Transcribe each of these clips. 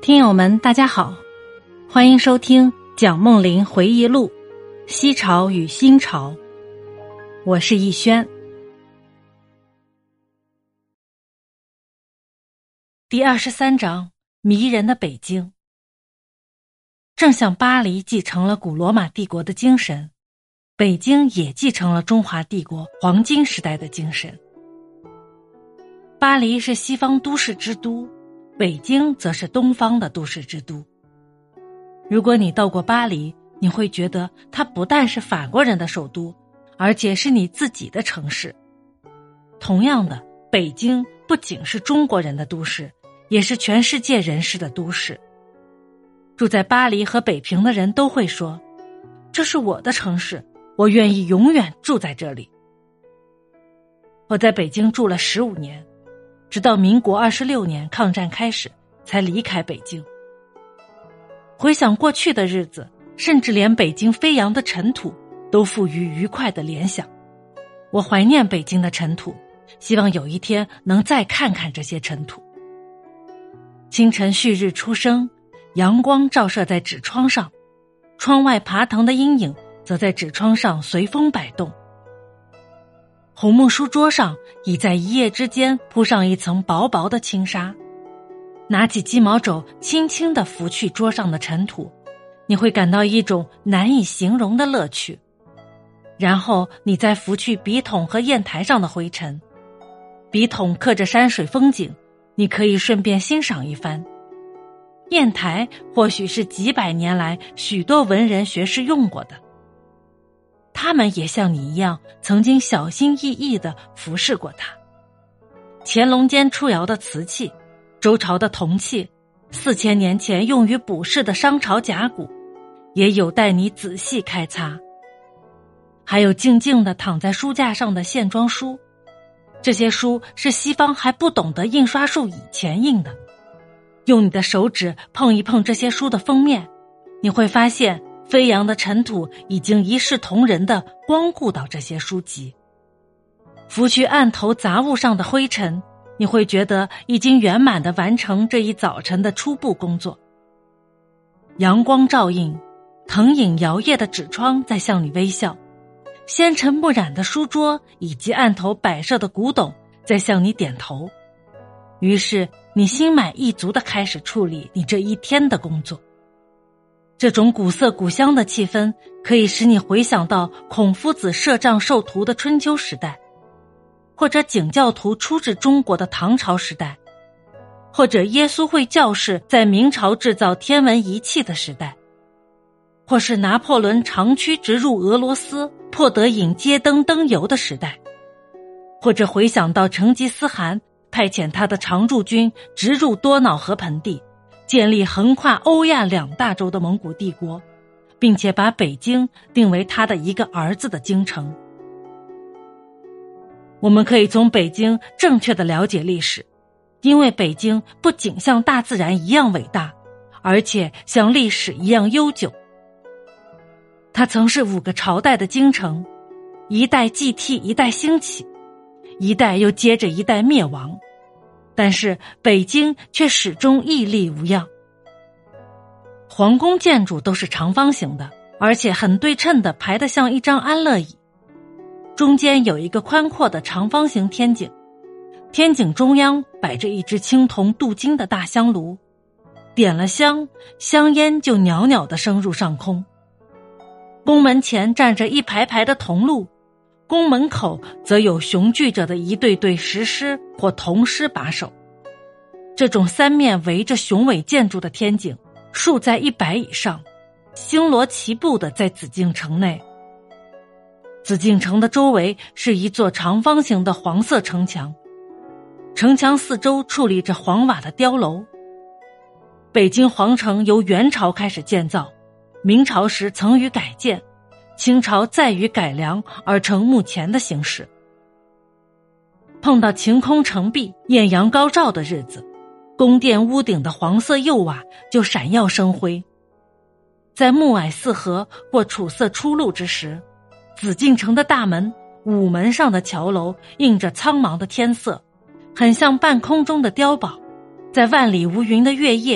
听友们大家好，欢迎收听蒋梦麟回忆录西朝与新朝，我是逸轩。第23章，迷人的北京。正像巴黎继承了古罗马帝国的精神，北京也继承了中华帝国黄金时代的精神。巴黎是西方都市之都，北京则是东方的都市之都。如果你到过巴黎，你会觉得它不但是法国人的首都，而且是你自己的城市。同样的，北京不仅是中国人的都市，也是全世界人士的都市。住在巴黎和北平的人都会说，这是我的城市，我愿意永远住在这里。我在北京住了15年，直到民国26年抗战开始才离开北京。回想过去的日子，甚至连北京飞扬的尘土都赋予愉快的联想。我怀念北京的尘土，希望有一天能再看看这些尘土。清晨旭日初升，阳光照射在纸窗上，窗外爬藤的阴影则在纸窗上随风摆动。红木书桌上已在一夜之间铺上一层薄薄的轻纱，拿起鸡毛帚轻轻地拂去桌上的尘土，你会感到一种难以形容的乐趣。然后你再拂去笔筒和砚台上的灰尘，笔筒刻着山水风景，你可以顺便欣赏一番。砚台或许是几百年来许多文人学士用过的，他们也像你一样曾经小心翼翼地服侍过它。乾隆间出窑的瓷器，周朝的铜器，4000年前用于卜筮的商朝甲骨，也有待你仔细开擦。还有静静地躺在书架上的线装书，这些书是西方还不懂得印刷术以前印的。用你的手指碰一碰这些书的封面，你会发现飞扬的尘土已经一视同仁地光顾到这些书籍。拂去案头杂物上的灰尘，你会觉得已经圆满地完成这一早晨的初步工作。阳光照映，藤影摇曳的纸窗在向你微笑，纤尘不染的书桌以及案头摆设的古董在向你点头。于是你心满意足地开始处理你这一天的工作。这种古色古香的气氛可以使你回想到孔夫子摄杖授徒的春秋时代，或者景教徒出至中国的唐朝时代，或者耶稣会教士在明朝制造天文仪器的时代，或是拿破仑长驱直入俄罗斯迫得引街灯灯油的时代，或者回想到成吉思汗派遣他的常驻军直入多瑙河盆地，建立横跨欧亚2大洲的蒙古帝国，并且把北京定为他的一个儿子的京城。我们可以从北京正确地了解历史，因为北京不仅像大自然一样伟大，而且像历史一样悠久。它曾是5个朝代的京城，一代继替一代兴起，一代又接着一代灭亡，但是北京却始终屹立无恙。皇宫建筑都是长方形的，而且很对称地排得像一张安乐椅，中间有一个宽阔的长方形天井，天井中央摆着一只青铜镀金的大香炉，点了香，香烟就袅袅地升入上空。宫门前站着一排排的铜鹿，宫门口则有雄踞着的一对对石狮或铜狮把守。这种3面围着雄伟建筑的天井数在100以上，星罗棋布的在紫禁城内。紫禁城的周围是一座长方形的黄色城墙，城墙四周矗立着黄瓦的碉楼。北京皇城由元朝开始建造，明朝时曾予改建，清朝再予改良而成目前的形式。碰到晴空澄碧、艳阳高照的日子，宫殿屋顶的黄色釉瓦就闪耀生辉。在暮霭四合或楚色初露之时，紫禁城的大门、午门上的桥楼映着苍茫的天色，很像半空中的碉堡。在万里无云的月夜，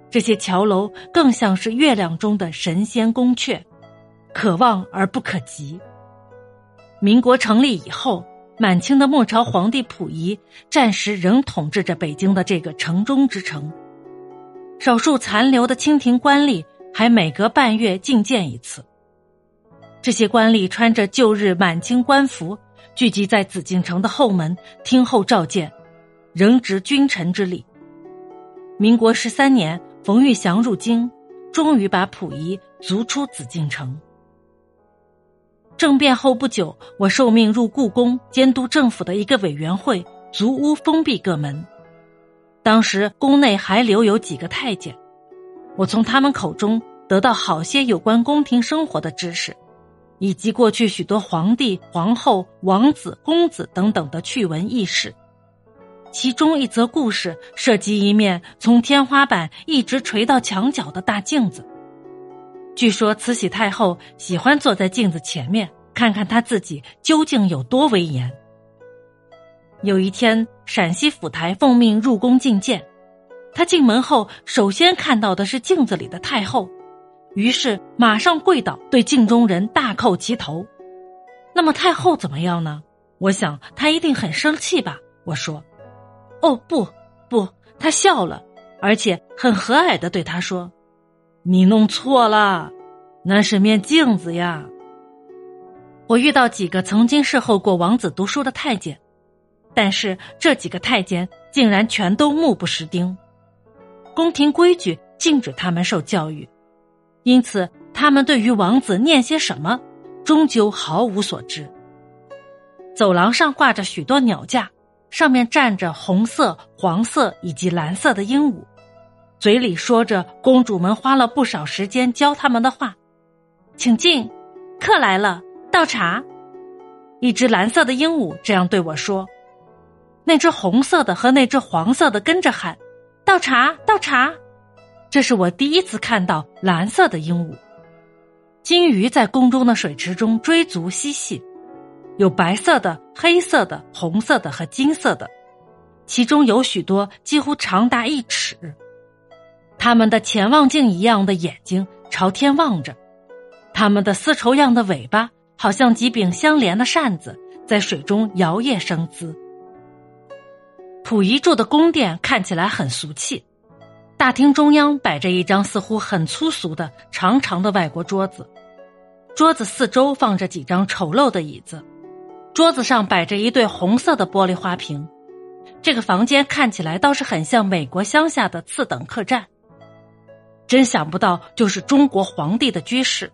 这些桥楼更像是月亮中的神仙宫阙，可望而不可及。民国成立以后，满清的末朝皇帝溥仪暂时仍统治着北京的这个城中之城，少数残留的清廷官吏还每隔半月觐见一次。这些官吏穿着旧日满清官服，聚集在紫禁城的后门听候召见，仍执君臣之礼。民国13年，冯玉祥入京，终于把溥仪逐出紫禁城。政变后不久，我受命入故宫监督政府的一个委员会，逐屋封闭各门。当时宫内还留有几个太监，我从他们口中得到好些有关宫廷生活的知识，以及过去许多皇帝、皇后、王子、公子等等的趣闻轶事。其中一则故事涉及一面从天花板一直垂到墙角的大镜子。据说慈禧太后喜欢坐在镜子前面，看看她自己究竟有多威严。有一天，陕西府台奉命入宫觐见，他进门后首先看到的是镜子里的太后，于是马上跪倒，对镜中人大叩其头。那么太后怎么样呢？我想她一定很生气吧。我说，哦，不，她笑了，而且很和蔼地对他说，你弄错了，那是面镜子呀。我遇到几个曾经侍候过王子读书的太监，但是这几个太监竟然全都目不识丁。宫廷规矩禁止他们受教育，因此他们对于王子念些什么终究毫无所知。走廊上挂着许多鸟架，上面站着红色、黄色以及蓝色的鹦鹉，嘴里说着公主们花了不少时间教他们的话。请进，客来了，倒茶。一只蓝色的鹦鹉这样对我说，那只红色的和那只黄色的跟着喊，倒茶，倒茶。这是我第一次看到蓝色的鹦鹉。金鱼在宫中的水池中追逐嬉戏，有白色的、黑色的、红色的和金色的，其中有许多几乎长达1尺。它们的潜望镜一样的眼睛朝天望着，它们的丝绸样的尾巴好像几柄相连的扇子，在水中摇曳生姿。溥仪住的宫殿看起来很俗气，大厅中央摆着一张似乎很粗俗的长长的外国桌子，桌子四周放着几张丑陋的椅子，桌子上摆着一对红色的玻璃花瓶。这个房间看起来倒是很像美国乡下的次等客栈，真想不到就是中国皇帝的居室。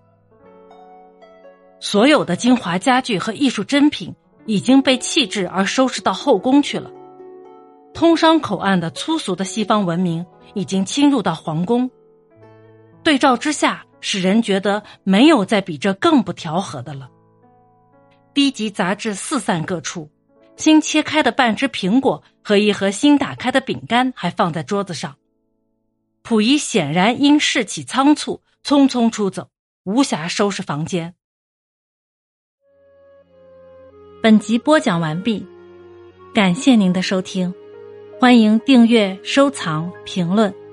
所有的精华家具和艺术珍品已经被弃置而收拾到后宫去了。通商口岸的粗俗的西方文明已经侵入到皇宫，对照之下，使人觉得没有再比这更不调和的了。低级杂志四散各处，新切开的半只苹果和一盒新打开的饼干还放在桌子上。溥仪显然因事起仓促，匆匆出走，无暇收拾房间。本集播讲完毕，感谢您的收听，欢迎订阅、收藏、评论。